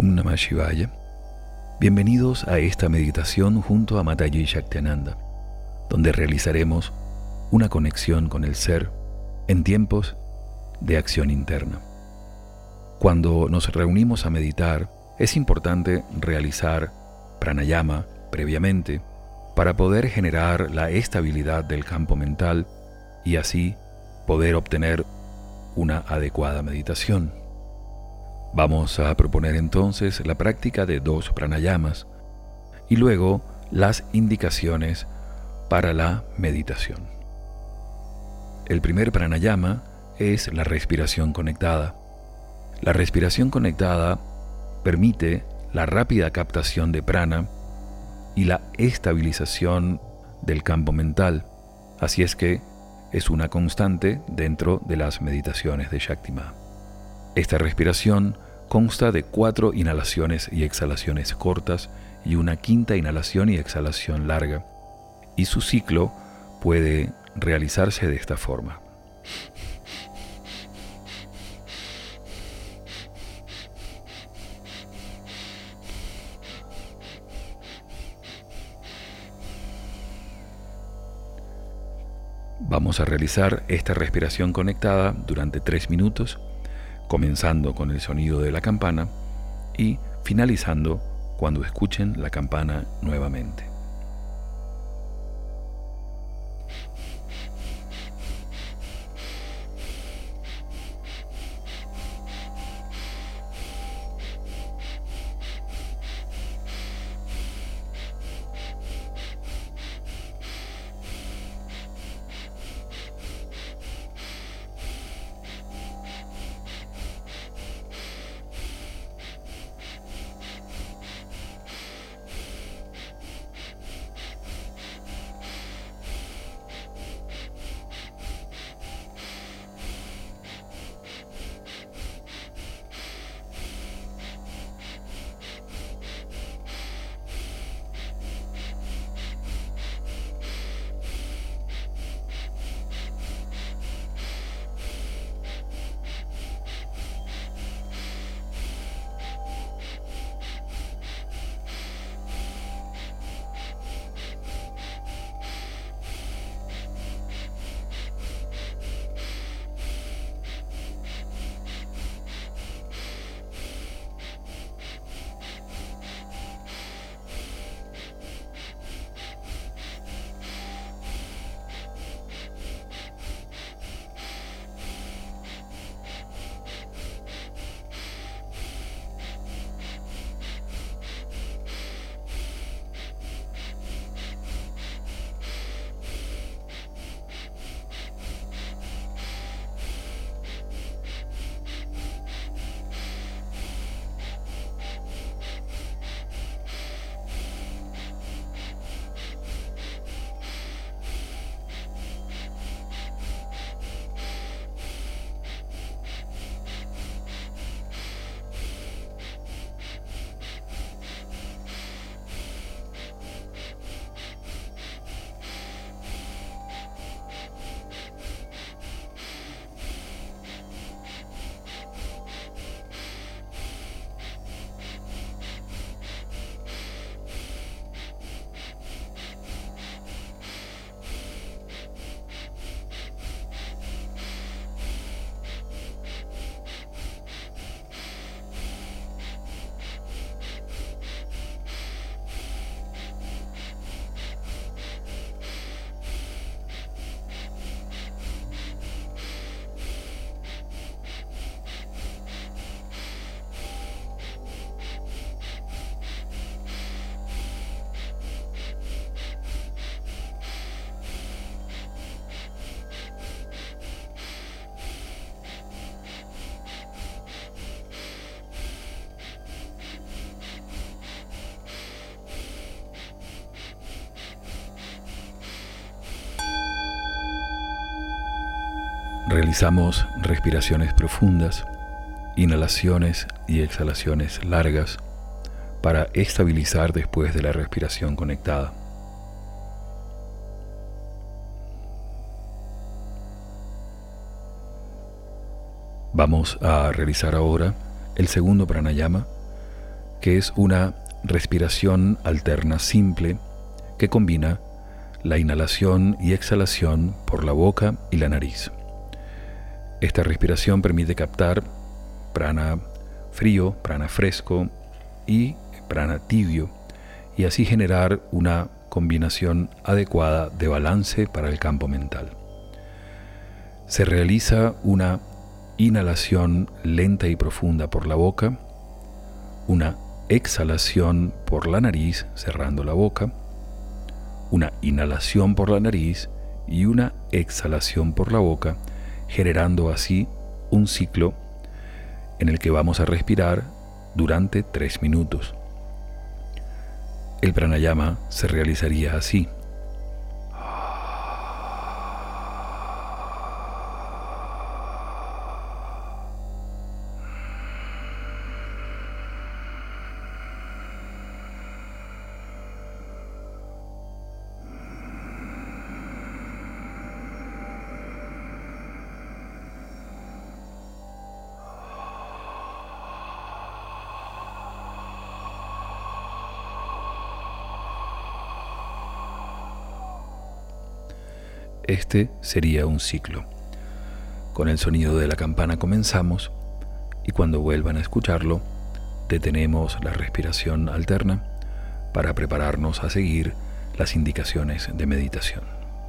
Om Namah Shivaya. Bienvenidos a esta meditación junto a Mataji Shaktiananda, donde realizaremos una conexión con el ser en tiempos de acción interna. Cuando nos reunimos a meditar, es importante realizar pranayama previamente para poder generar la estabilidad del campo mental y así poder obtener una adecuada meditación. Vamos a proponer entonces la práctica de 2 pranayamas y luego las indicaciones para la meditación. El primer pranayama es la respiración conectada. La respiración conectada permite la rápida captación de prana y la estabilización del campo mental, así es que es una constante dentro de las meditaciones de Shakti-Maya. Esta respiración consta de 4 inhalaciones y exhalaciones cortas y una 5ª inhalación y exhalación larga, y su ciclo puede realizarse de esta forma. Vamos a realizar esta respiración conectada durante 3 minutos, comenzando con el sonido de la campana y finalizando cuando escuchen la campana nuevamente. Realizamos respiraciones profundas, inhalaciones y exhalaciones largas para estabilizar después de la respiración conectada. Vamos a realizar ahora el segundo pranayama, que es una respiración alterna simple que combina la inhalación y exhalación por la boca y la nariz. Esta respiración permite captar prana frío, prana fresco y prana tibio, y así generar una combinación adecuada de balance para el campo mental. Se realiza una inhalación lenta y profunda por la boca, una exhalación por la nariz cerrando la boca, una inhalación por la nariz y una exhalación por la boca, generando así un ciclo en el que vamos a respirar durante 3 minutos. El pranayama se realizaría así. Este sería un ciclo. Con el sonido de la campana comenzamos y cuando vuelvan a escucharlo, detenemos la respiración alterna para prepararnos a seguir las indicaciones de meditación.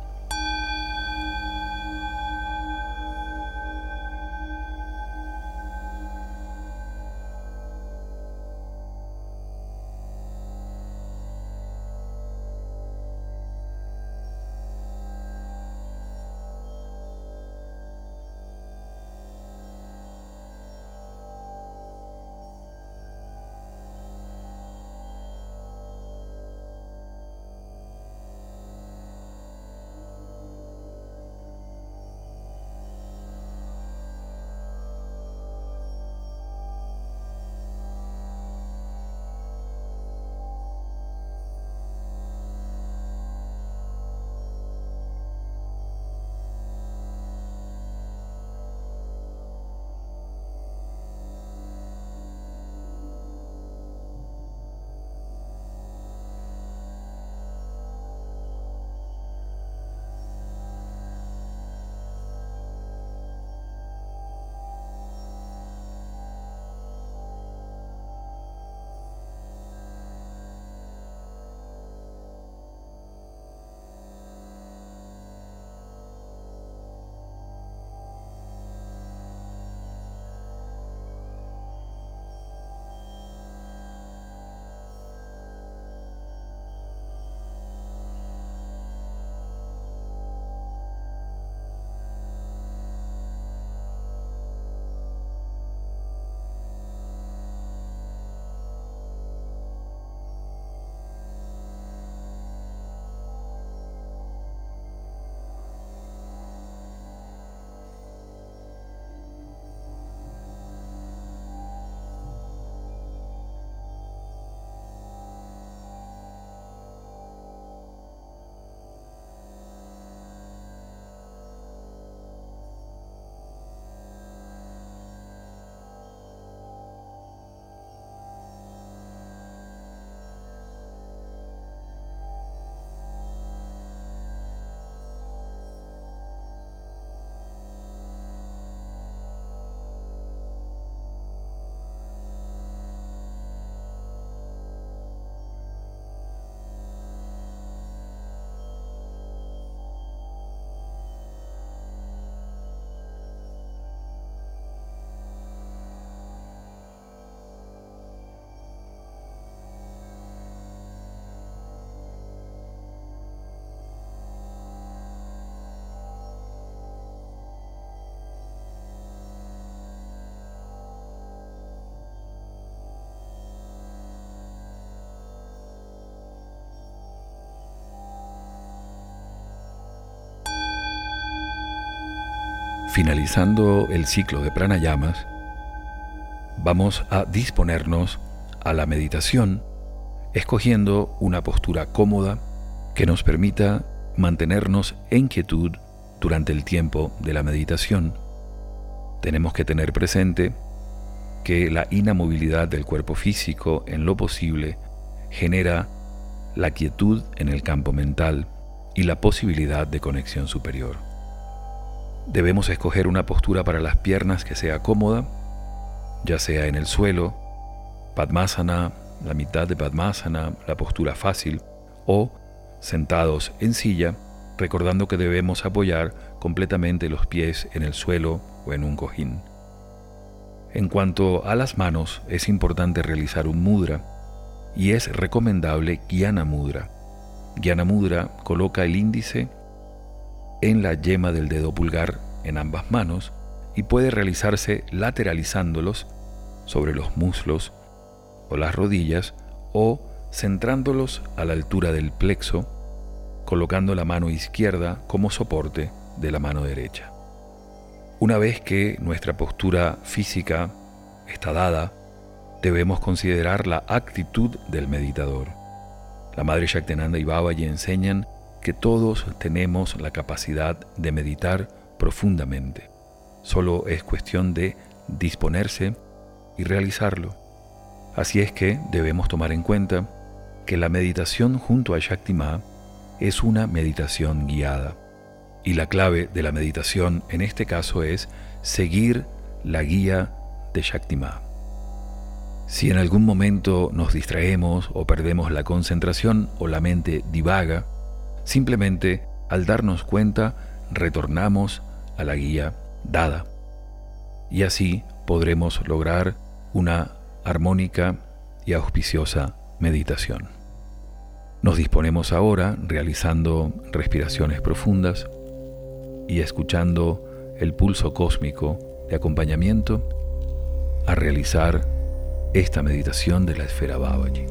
Finalizando el ciclo de pranayamas, vamos a disponernos a la meditación, escogiendo una postura cómoda que nos permita mantenernos en quietud durante el tiempo de la meditación. Tenemos que tener presente que la inamovilidad del cuerpo físico, en lo posible, genera la quietud en el campo mental y la posibilidad de conexión superior. Debemos escoger una postura para las piernas que sea cómoda, ya sea en el suelo, Padmasana, la mitad de Padmasana, la postura fácil, o sentados en silla, recordando que debemos apoyar completamente los pies en el suelo o en un cojín. En cuanto a las manos, es importante realizar un mudra y es recomendable Gyana Mudra. Gyana Mudra coloca el índice en la yema del dedo pulgar en ambas manos y puede realizarse lateralizándolos sobre los muslos o las rodillas o centrándolos a la altura del plexo, colocando la mano izquierda como soporte de la mano derecha. Una vez que nuestra postura física está dada, debemos considerar la actitud del meditador. La Madre Shaktinanda y Babaji enseñan que todos tenemos la capacidad de meditar profundamente. Solo es cuestión de disponerse y realizarlo. Así es que debemos tomar en cuenta que la meditación junto a Shakti Ma es una meditación guiada. Y la clave de la meditación en este caso es seguir la guía de Shakti Ma. Si en algún momento nos distraemos o perdemos la concentración o la mente divaga, simplemente al darnos cuenta retornamos a la guía dada. Y así podremos lograr una armónica y auspiciosa meditación. Nos disponemos ahora realizando respiraciones profundas y escuchando el pulso cósmico de acompañamiento a realizar esta meditación de la esfera Babaji.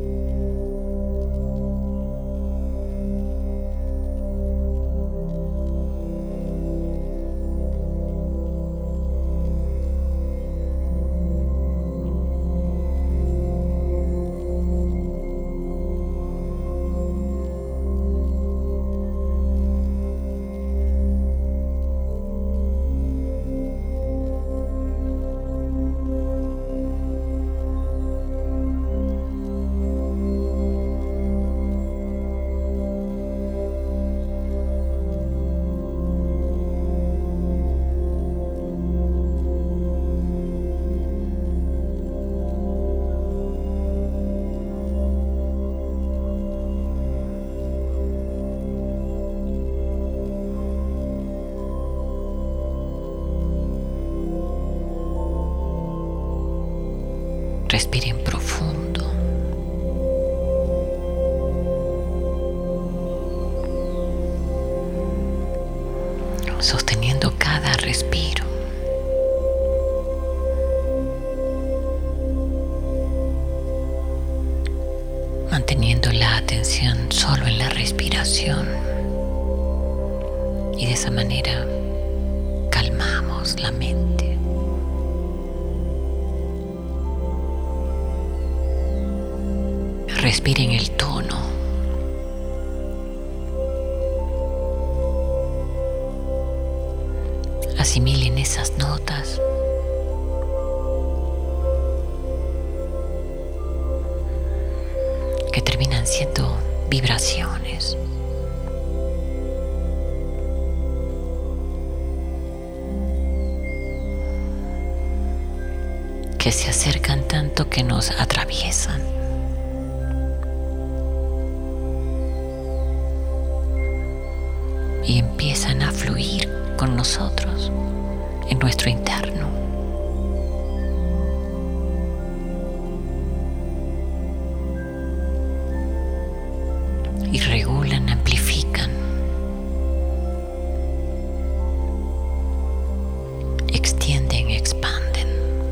Respiren profundo. Sosteniendo cada respiro. Manteniendo la atención solo en la respiración. Y de esa manera calmamos la mente. Respiren el tono. Asimilen esas notas. Que terminan siendo vibraciones. Que se acercan tanto que nos atraviesan. Y empiezan a fluir con nosotros en nuestro interno. Y regulan, amplifican, extienden, expanden.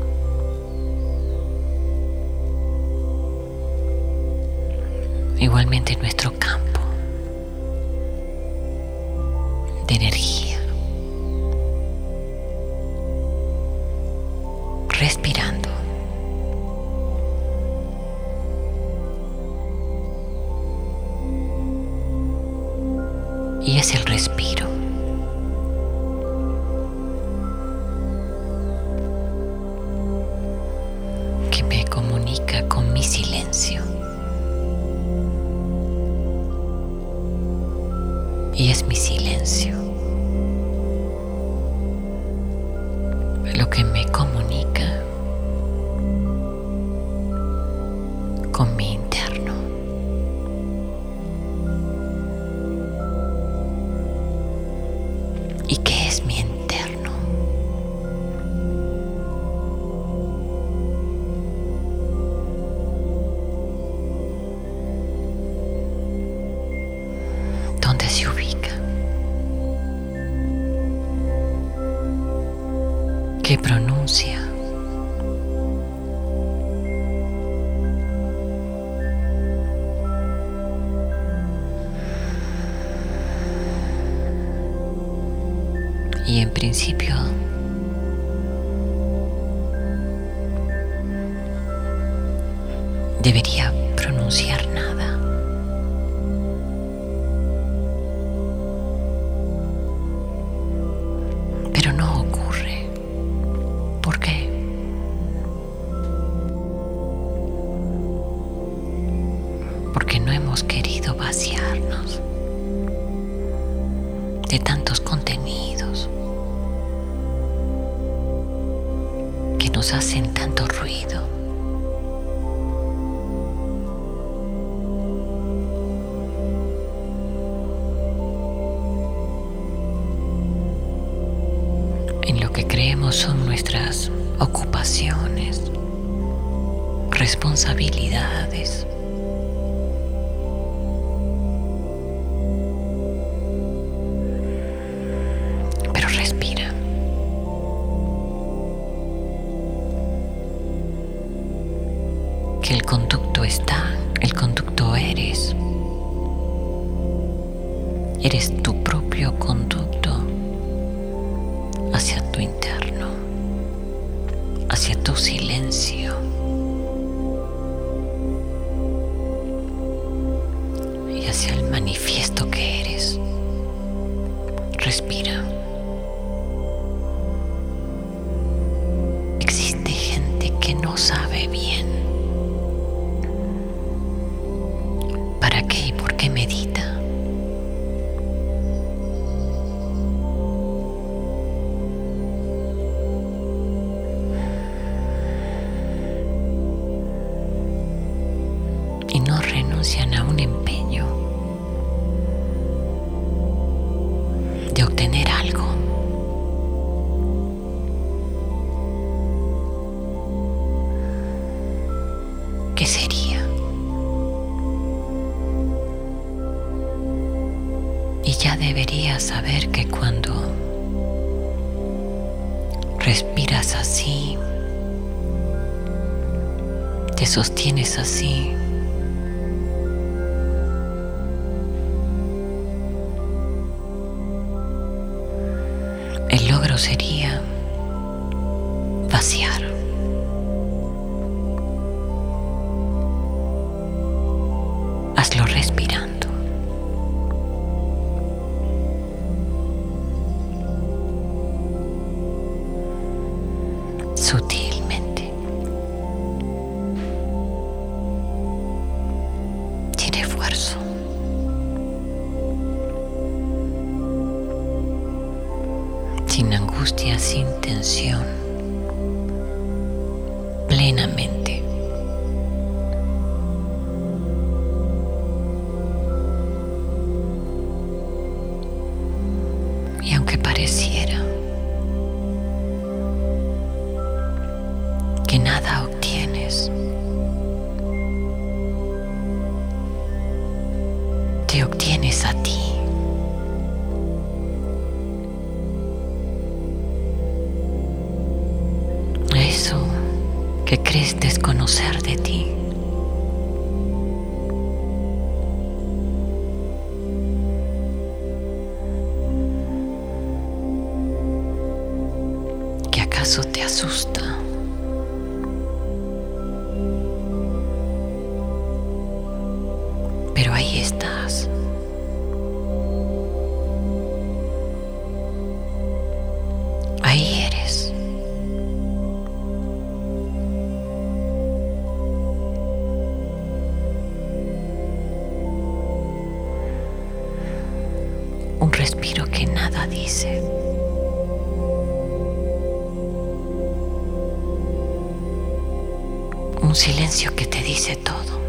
Igualmente en nuestro campo de energía, respirando. Y es el respiro. silencio. Y es mi silencio lo que me comunica con mi interno. ¿Y qué es mi interno? ¿Dónde se ubica? ¿Qué pronuncia? Y en principio debería pronunciar nada. Pero no ocurre. ¿Por qué? Porque no hemos querido vaciarnos de tantos contenidos que nos hacen tanto ruido. En lo que creemos son nuestras ocupaciones, responsabilidades. Pero respira. Que el conducto está, el conducto eres. Eres tu propio conducto hacia tu interno, hacia tu silencio. Y hacia el manifiesto que eres. Respira. Existe gente que no sabe bien para qué y por qué medita. Y no renuncian a un empeño de obtener algo. ¿Qué sería? Y ya deberías saber que cuando respiras así, te sostienes así, el logro sería vaciar. Hazlo respirando. Sutilmente. Sin esfuerzo. Sin angustia, sin tensión. Plenamente. Y aunque pareciera que nada obtienes, te obtienes a ti. Eso que crees desconocer de ti. ¿Que acaso te asusta? Pero ahí estás. Ahí eres. respiro que nada dice. Un silencio que te dice todo.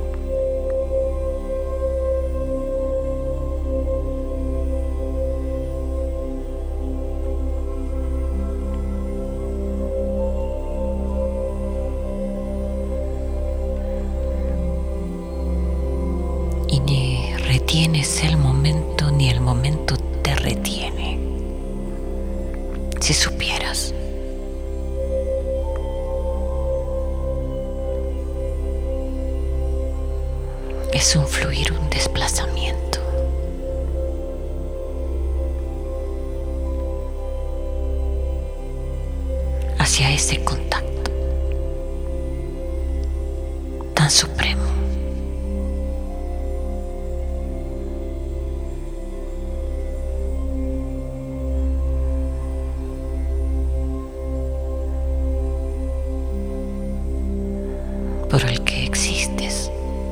Y ni retienes el momento ni el momento te retiene. Si supieras. Es un fluir, un desplazamiento. Hacia ese contacto tan supremo. Por el que existes.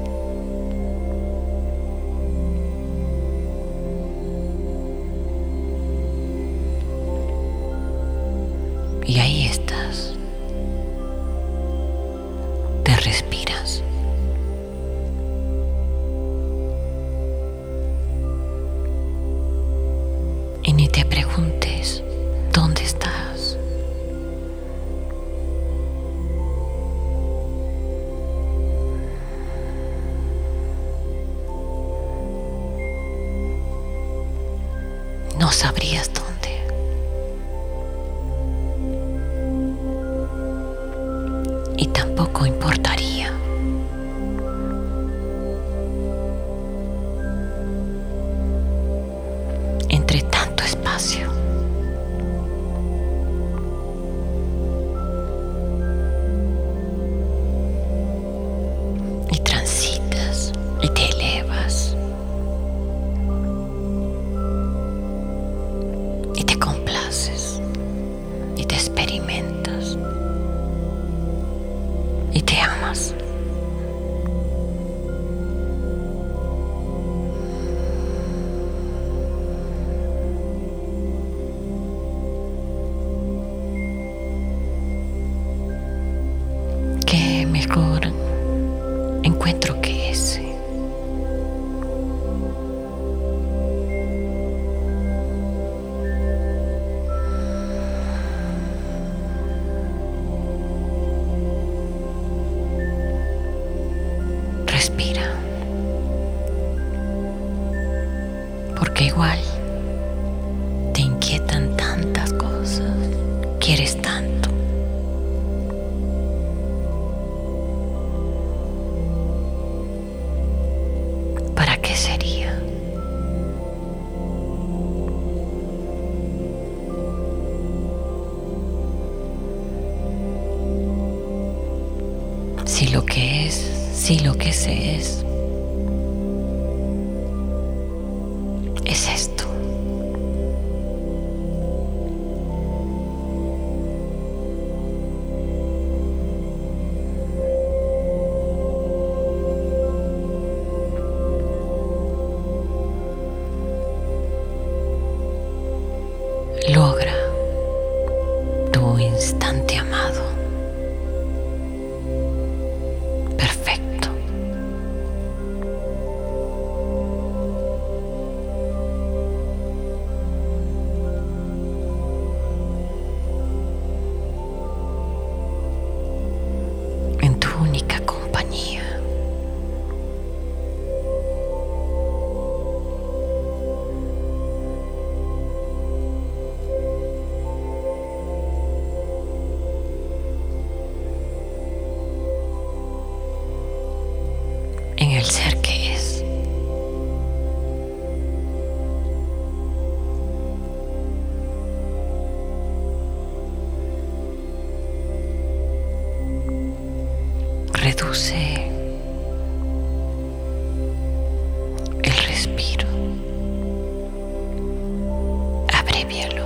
Y ahí estás. Te respiras. Y ni te preguntes dónde estás. No sabrías dónde. Y tampoco importaría. Entre tanto espacio. Y transitas y te elevas. Y te complaces. Y te experimentas. Y te amas. Qué mejor encuentro que ese. Respira, porque igual te inquietan tantas cosas, quieres tanto. ¿Para qué sería? Si lo que es, si lo que sé es esto. Logra tu instante amado. Perfecto. En tu única compañía. En el ser que es. Reduce el respiro. Abrévialo.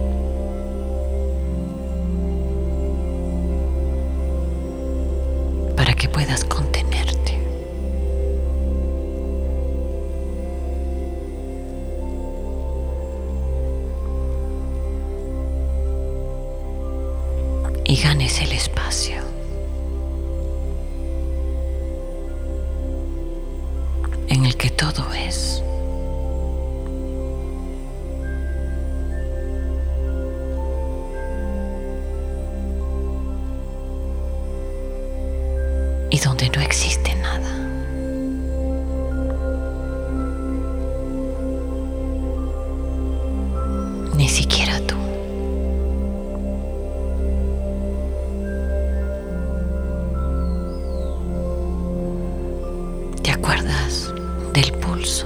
Para que puedas contenerte. y ganes el espacio. En el que todo es. Y donde no existe nada. Ni siquiera tú. ¿Te acuerdas del pulso?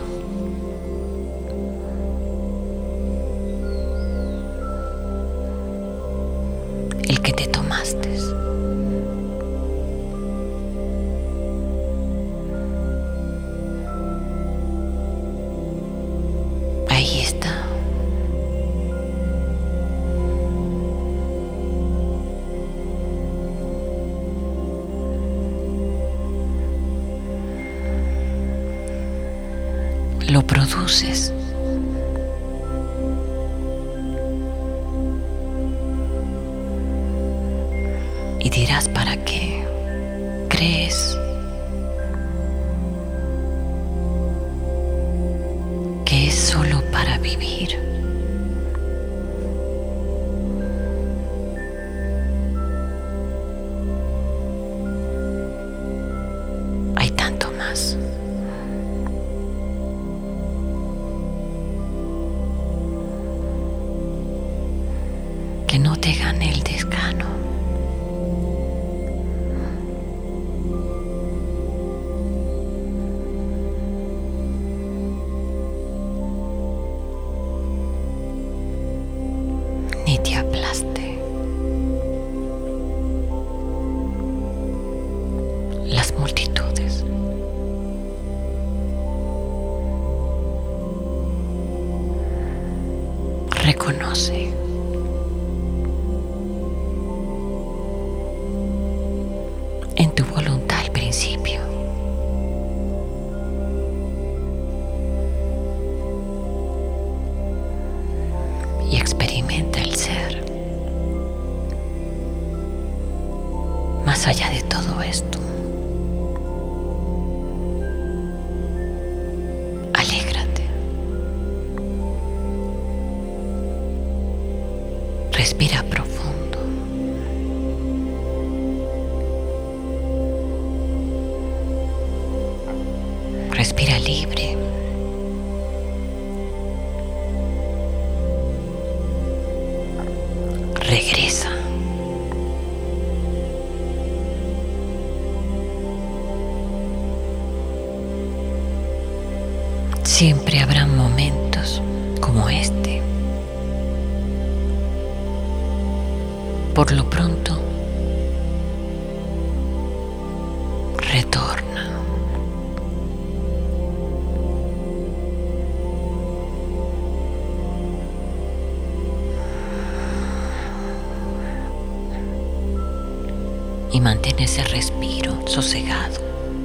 El que te tomaste. Ahí está. Lo produces. Y dirás para qué. ¿Crees que es solo para vivir? Hay tanto más. Que no te gane el desgano. Ni te aplaste. Las multitudes. Reconoce. En tu voluntad al principio. Y experimenta el ser. Más allá de todo esto. Alégrate. Respira profundo. Respira libre. Regresa. Siempre habrá momentos como este. Por lo pronto, retorna. Y mantén ese respiro sosegado.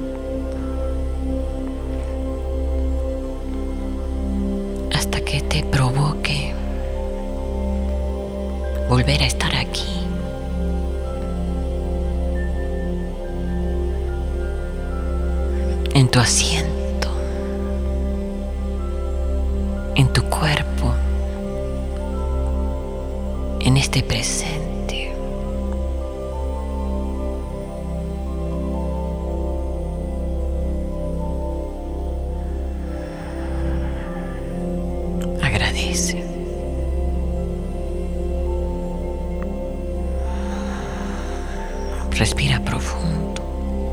Hasta que te provoque volver a estar aquí. En tu asiento. En tu cuerpo. En este presente. Agradece. Respira profundo.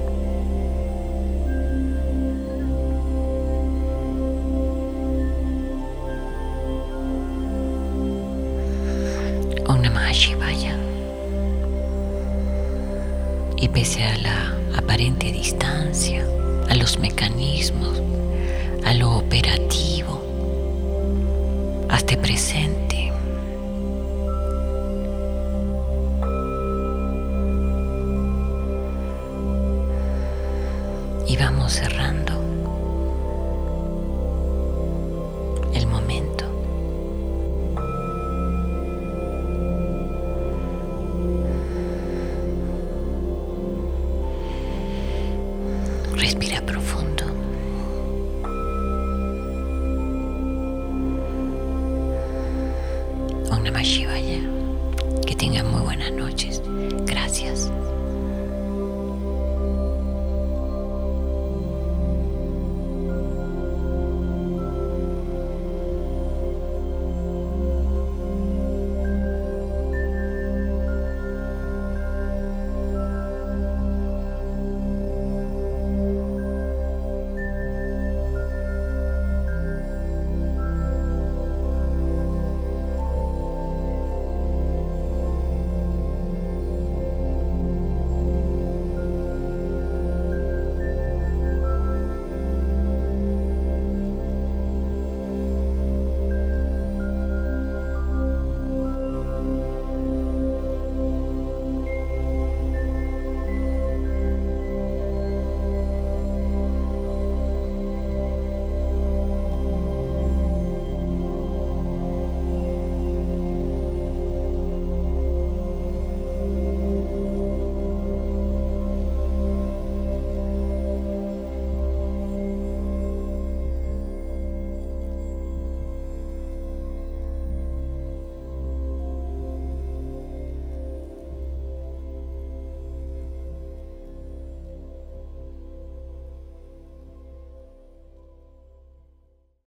Om Namah Shivaya. Y pese a la aparente distancia, a los mecanismos, a lo operativo, hazte presente. Y vamos cerrando el momento. Respira profundo.